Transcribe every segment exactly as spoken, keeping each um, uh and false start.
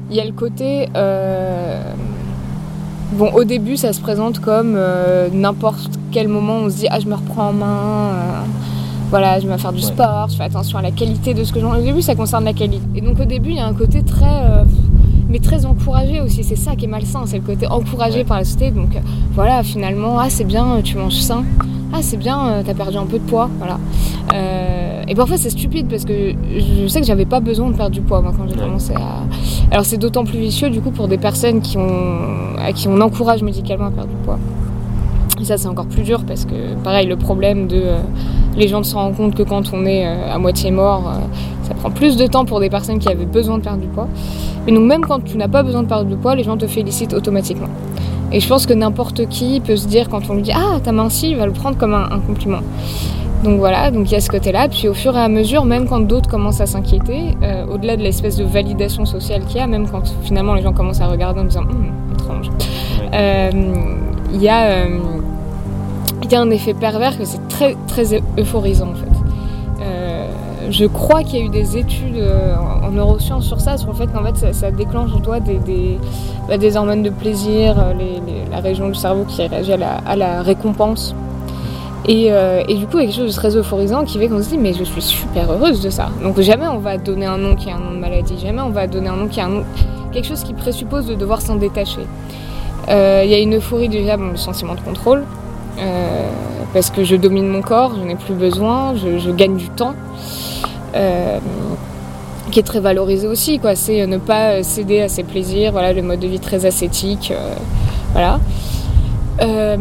il y a le côté... Euh... Bon, au début, ça se présente comme euh, n'importe quel moment, on se dit « Ah, je me reprends en main, euh, voilà, je vais faire du ouais. sport, je fais attention à la qualité de ce que je mange. » Au début, ça concerne la qualité. Et donc, au début, il y a un côté très... Euh, mais très encouragé aussi, c'est ça qui est malsain, c'est le côté encouragé ouais. par la société. Donc, euh, voilà, finalement, « Ah, c'est bien, tu manges sain. Ah, c'est bien, euh, t'as perdu un peu de poids. » Voilà. Euh, et parfois, c'est stupide parce que je sais que j'avais pas besoin de perdre du poids, moi, quand j'ai ouais. commencé à... Alors, c'est d'autant plus vicieux, du coup, pour des personnes qui ont... à qui on encourage médicalement à perdre du poids. Et ça, c'est encore plus dur parce que, pareil, le problème de... Euh, les gens ne se rendent compte que quand on est euh, à moitié mort, euh, ça prend plus de temps pour des personnes qui avaient besoin de perdre du poids. Et donc, même quand tu n'as pas besoin de perdre du poids, les gens te félicitent automatiquement. Et je pense que n'importe qui peut se dire, quand on lui dit « Ah, t'as minci », il va le prendre comme un, un compliment. Donc voilà, donc il y a ce côté-là. Puis au fur et à mesure, même quand d'autres commencent à s'inquiéter, euh, au-delà de l'espèce de validation sociale qu'il y a, même quand finalement les gens commencent à regarder en disant hum, « étrange ouais. », euh, il y a... Euh, il y a un effet pervers que c'est très, très euphorisant en fait. Euh, je crois qu'il y a eu des études euh, en neurosciences sur ça, sur le fait qu'en fait ça, ça déclenche en toi des, des, bah, des hormones de plaisir, les, les, la région du cerveau qui réagit à la, à la récompense. Et, euh, et du coup, il y a quelque chose de très euphorisant qui fait qu'on se dit mais je suis super heureuse de ça. Donc jamais on va donner un nom qui est un nom de maladie, jamais on va donner un nom qui est un nom... quelque chose qui présuppose de devoir s'en détacher. Euh, il y a une euphorie déjà, bon, le sentiment de contrôle. Euh, parce que je domine mon corps, je n'ai plus besoin, je, je gagne du temps, euh, qui est très valorisé aussi, quoi. C'est ne pas céder à ses plaisirs, voilà, le mode de vie très ascétique, euh, voilà. Euh,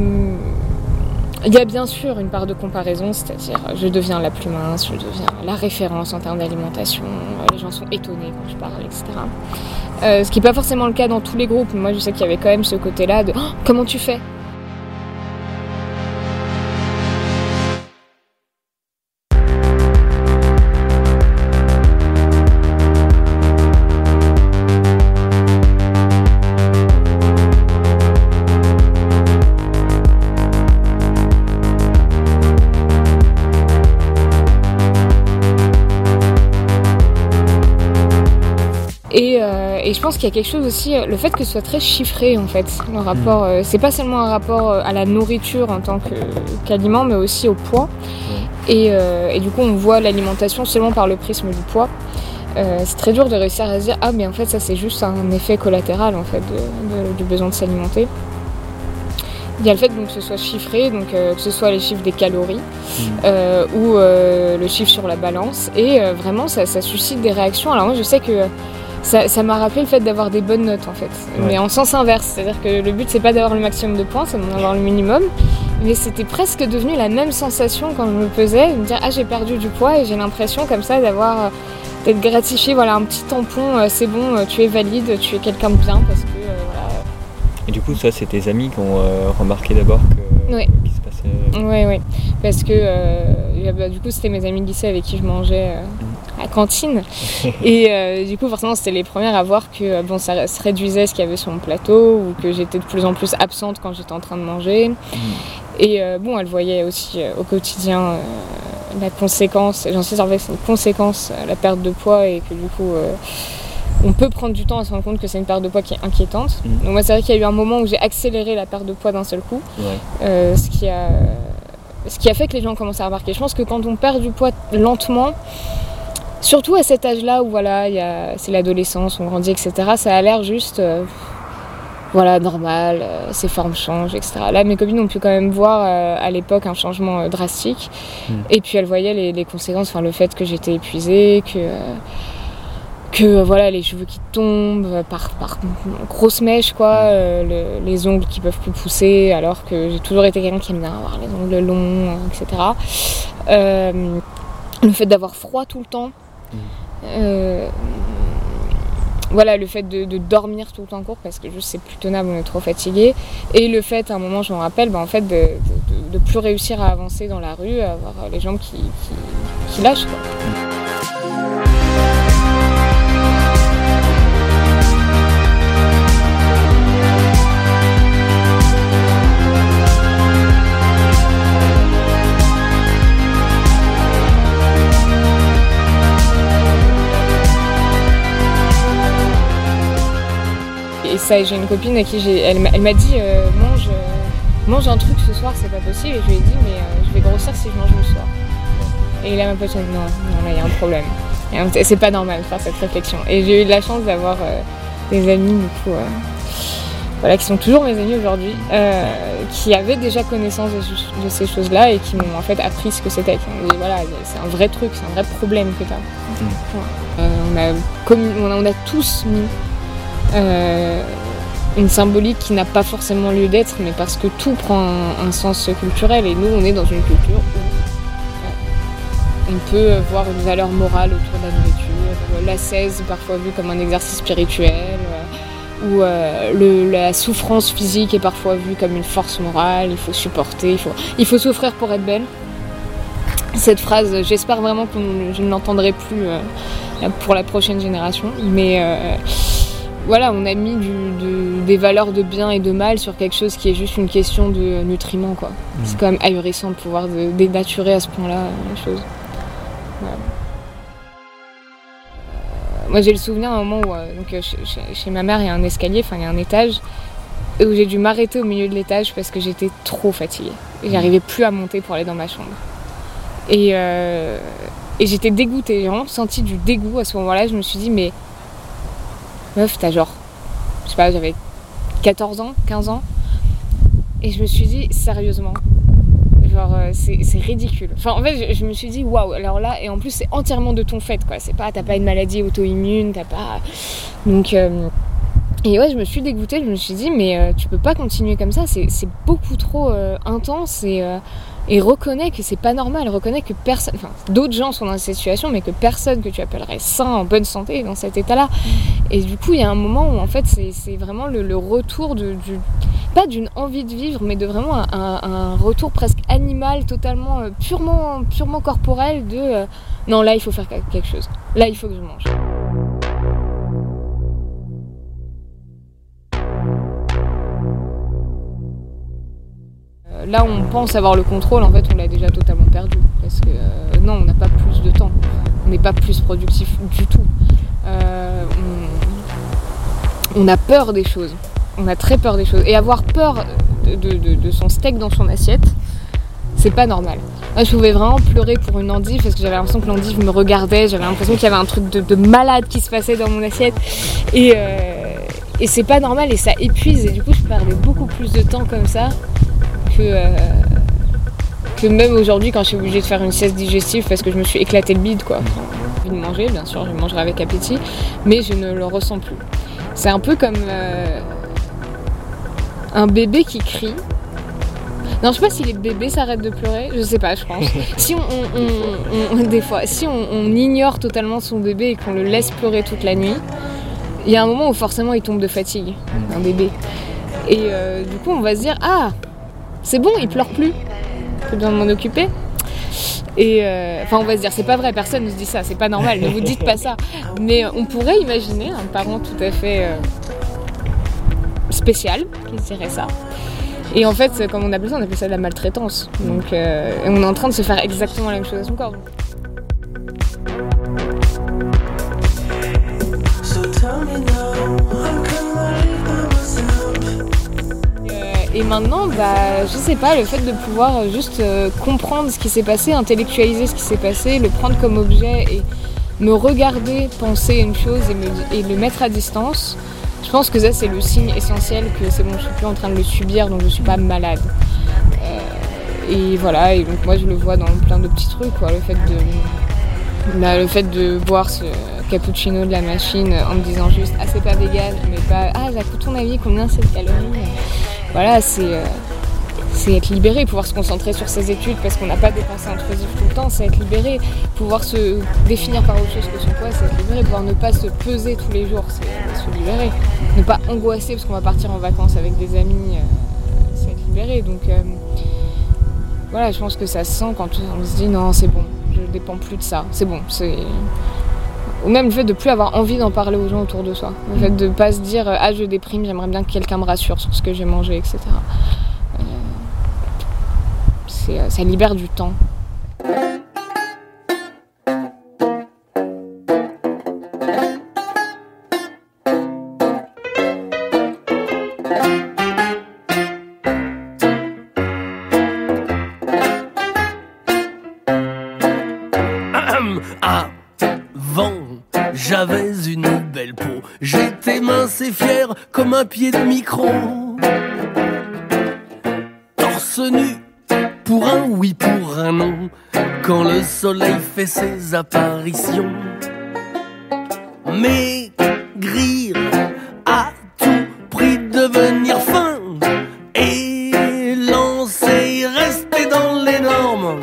il y a bien sûr une part de comparaison, c'est-à-dire je deviens la plus mince, je deviens la référence en termes d'alimentation, les gens sont étonnés quand je parle, et cetera. Euh, ce qui n'est pas forcément le cas dans tous les groupes, moi je sais qu'il y avait quand même ce côté-là de oh, « comment tu fais ?» Et, euh, et je pense qu'il y a quelque chose aussi, le fait que ce soit très chiffré en fait, le rapport, euh, c'est pas seulement un rapport à la nourriture en tant que, qu'aliment, mais aussi au poids. Et, euh, et du coup, on voit l'alimentation seulement par le prisme du poids. Euh, c'est très dur de réussir à se dire ah mais en fait ça c'est juste un effet collatéral en fait de, de, du besoin de s'alimenter. Il y a le fait donc, que ce soit chiffré, donc, euh, que ce soit les chiffres des calories euh, ou euh, le chiffre sur la balance, et euh, vraiment ça, ça suscite des réactions. Alors moi je sais que Ça, ça m'a rappelé le fait d'avoir des bonnes notes en fait, ouais. mais en sens inverse, c'est-à-dire que le but c'est pas d'avoir le maximum de points, c'est d'en avoir le minimum, mais c'était presque devenu la même sensation quand je me pesais, de me dire ah j'ai perdu du poids et j'ai l'impression comme ça d'avoir, d'être gratifiée, voilà un petit tampon, euh, c'est bon, euh, tu es valide, tu es quelqu'un de bien parce que euh, voilà. Et du coup ça c'est tes amis qui ont euh, remarqué d'abord que, oui. qu'il se passait... Oui, oui, parce que euh, bah, du coup c'était mes amis de lycée avec qui je mangeais... Euh, à la cantine et euh, du coup forcément c'était les premières à voir que bon ça se réduisait ce qu'il y avait sur mon plateau ou que j'étais de plus en plus absente quand j'étais en train de manger mmh. et euh, bon elles voyaient aussi euh, au quotidien euh, la conséquence, j'en sais en fait c'est une conséquence euh, la perte de poids et que du coup euh, on peut prendre du temps à se rendre compte que c'est une perte de poids qui est inquiétante. Mmh. Donc moi c'est vrai qu'il y a eu un moment où j'ai accéléré la perte de poids d'un seul coup, ouais. euh, ce qui a ce qui a fait que les gens commencent à remarquer. Je pense que quand on perd du poids lentement, surtout à cet âge-là où voilà, y a, c'est l'adolescence, on grandit, et cetera, ça a l'air juste euh, voilà, normal, euh, ses formes changent, et cetera. Là, mes copines ont pu quand même voir euh, à l'époque un changement euh, drastique. Mmh. Et puis elles voyaient les, les conséquences, enfin, le fait que j'étais épuisée, que, euh, que euh, voilà, les cheveux qui tombent euh, par, par grosses mèches, quoi, euh, le, les ongles qui peuvent plus pousser, alors que j'ai toujours été quelqu'un qui aime bien avoir les ongles longs, euh, et cetera. Euh, le fait d'avoir froid tout le temps. Euh, voilà, le fait de, de dormir tout le temps court parce que juste c'est plus tenable, on est trop fatigué, et le fait à un moment je me rappelle bah, en fait de, de, de plus réussir à avancer dans la rue, avoir les jambes qui, qui, qui lâchent quoi. et ça, j'ai une copine à qui j'ai, elle, m'a- elle m'a dit euh, mange, euh, mange un truc ce soir, c'est pas possible. Et je lui ai dit mais euh, je vais grossir si je mange le soir. Et là ma pote m'a dit non, non là il y a un problème. Et, euh, c'est pas normal de faire cette réflexion. Et j'ai eu de la chance d'avoir euh, des amis du coup, euh, voilà, qui sont toujours mes amis aujourd'hui, euh, qui avaient déjà connaissance de, de ces choses-là et qui m'ont en fait appris ce que c'était. Qui m'ont dit voilà, c'est un vrai truc, c'est un vrai problème que t'as. Mmh. Ouais. Euh, on, a commis, on, a, on a tous mis euh, une symbolique qui n'a pas forcément lieu d'être, mais parce que tout prend un, un sens culturel. Et nous, on est dans une culture où on peut voir une valeur morale autour de la nourriture, l'ascèse parfois vue comme un exercice spirituel, où euh, le, la souffrance physique est parfois vue comme une force morale, il faut supporter, il faut, il faut souffrir pour être belle. Cette phrase, j'espère vraiment que je ne l'entendrai plus euh, pour la prochaine génération, mais euh, voilà, on a mis du, de, des valeurs de bien et de mal sur quelque chose qui est juste une question de nutriments, quoi. Mmh. C'est quand même ahurissant de pouvoir de, dénaturer à ce point-là les choses. Voilà. Moi j'ai le souvenir d'un moment où euh, donc, chez, chez ma mère il y a un escalier, enfin il y a un étage, où j'ai dû m'arrêter au milieu de l'étage parce que j'étais trop fatiguée. Et j'arrivais plus à monter pour aller dans ma chambre. Et, euh, et j'étais dégoûtée, j'ai vraiment senti du dégoût à ce moment-là. Je me suis dit mais meuf t'as genre, je sais pas, j'avais quatorze ans, quinze ans. Et je me suis dit sérieusement, genre c'est, c'est ridicule. Enfin en fait je, je me suis dit waouh, alors là, et en plus c'est entièrement de ton fait quoi, c'est pas, t'as pas une maladie auto-immune, t'as pas, donc euh... et ouais je me suis dégoûtée, je me suis dit mais euh, tu peux pas continuer comme ça, c'est, c'est beaucoup trop euh, intense et, euh, et reconnais que c'est pas normal, reconnais que personne, enfin d'autres gens sont dans cette situation mais que personne que tu appellerais sain, en bonne santé est dans cet état là. Et du coup il y a un moment où en fait c'est, c'est vraiment le, le retour de, du pas d'une envie de vivre, mais de vraiment un, un, un retour presque animal, totalement, euh, purement, purement corporel de euh, non, là il faut faire quelque chose, là il faut que je mange. Euh, là on pense avoir le contrôle, en fait on l'a déjà totalement perdu, parce que euh, non, on n'a pas plus de temps, on n'est pas plus productif du tout. Euh, on, on a peur des choses. On a très peur des choses. Et avoir peur de, de, de, de son steak dans son assiette, c'est pas normal. Moi, je pouvais vraiment pleurer pour une endive parce que j'avais l'impression que l'endive me regardait. J'avais l'impression qu'il y avait un truc de, de malade qui se passait dans mon assiette. Et, euh, et c'est pas normal et ça épuise. Et du coup, je perdais beaucoup plus de temps comme ça que, euh, que même aujourd'hui quand je suis obligée de faire une sieste digestive parce que je me suis éclaté le bide, quoi. J'ai envie de manger, bien sûr, je mangerai avec appétit, mais je ne le ressens plus. C'est un peu comme... Euh, un bébé qui crie. Non, je sais pas si les bébés s'arrêtent de pleurer, je sais pas, je pense. Si on, on, on, on des fois, si on, on ignore totalement son bébé et qu'on le laisse pleurer toute la nuit, il y a un moment où forcément il tombe de fatigue, un bébé. Et euh, du coup, on va se dire ah, c'est bon, il pleure plus, j'ai besoin de m'en occuper. Et euh, enfin, on va se dire c'est pas vrai, personne ne se dit ça, c'est pas normal, ne vous dites pas ça. Mais on pourrait imaginer un parent tout à fait euh, spécial qui se dirait ça. Et en fait, comme on appelle ça, on appelle ça de la maltraitance. Donc, euh, et on est en train de se faire exactement la même chose à son corps. Euh, et maintenant, bah, je sais pas, le fait de pouvoir juste euh, comprendre ce qui s'est passé, intellectualiser ce qui s'est passé, le prendre comme objet et me regarder penser une chose et, me, et le mettre à distance. Je pense que ça c'est le signe essentiel que c'est bon, je suis plus en train de le subir, donc je suis pas malade. Euh, et voilà, et donc moi je le vois dans plein de petits trucs, quoi. Le fait de, là, le fait de boire ce cappuccino de la machine en me disant juste ah c'est pas vegan, mais pas ah à ton avis combien c'est de calories. Voilà, c'est euh, c'est être libéré, pouvoir se concentrer sur ses études parce qu'on n'a pas des pensées intrusives tout le temps, c'est être libéré, pouvoir se définir par autre chose que son poids, c'est être libéré, pouvoir ne pas se peser tous les jours, c'est se libérer, ne pas angoisser parce qu'on va partir en vacances avec des amis, euh, c'est être libéré. Donc euh, voilà, je pense que ça se sent quand on se dit non c'est bon, je ne dépends plus de ça, c'est bon, c'est... Ou même le fait de plus avoir envie d'en parler aux gens autour de soi, le fait de ne pas se dire ah je déprime, j'aimerais bien que quelqu'un me rassure sur ce que j'ai mangé, et cetera. C'est, ça libère du temps. Avant, j'avais une belle peau. J'étais mince et fier comme un pied de micro. Torse nu, pour un oui, pour un non, quand le soleil fait ses apparitions. Maigrir, à tout prix devenir fin, élancer, rester dans les normes,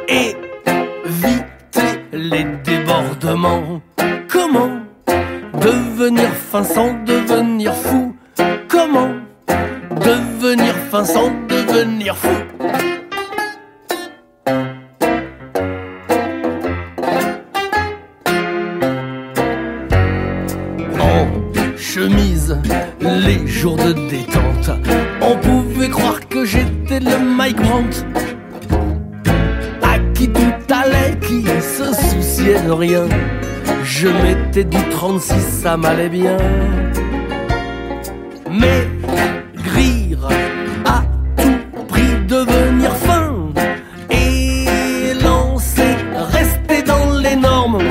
éviter les débordements. Comment devenir fin sans devenir fou? Comment devenir fin sans devenir fou? Chemise, les jours de détente, on pouvait croire que j'étais le Mike Brandt, à qui tout allait, qui se souciait de rien. Je mettais du trente-six, ça m'allait bien. Maigrir, à tout prix devenir fin, élancer, rester dans les normes,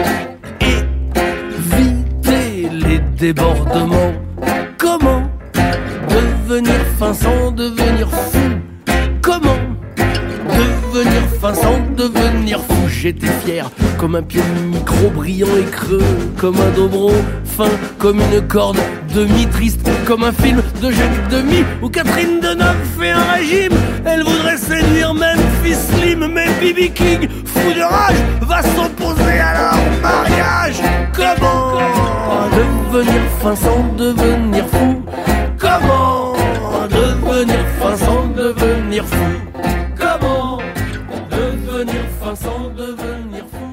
éviter les débordements. Comment devenir fin sans devenir fou? Comment devenir fin sans devenir fou? J'étais fier comme un pied de micro, brillant et creux comme un dobro, fin comme une corde, demi-triste comme un film de Jacques Demy où Catherine Deneuve fait un régime. Elle voudrait séduire Memphis Slim, mais B B King, fou de rage, va s'opposer à leur mariage. Comment devenir fin sans devenir fou? Comment devenir fin sans devenir fou? Comment devenir fin sans devenir fou?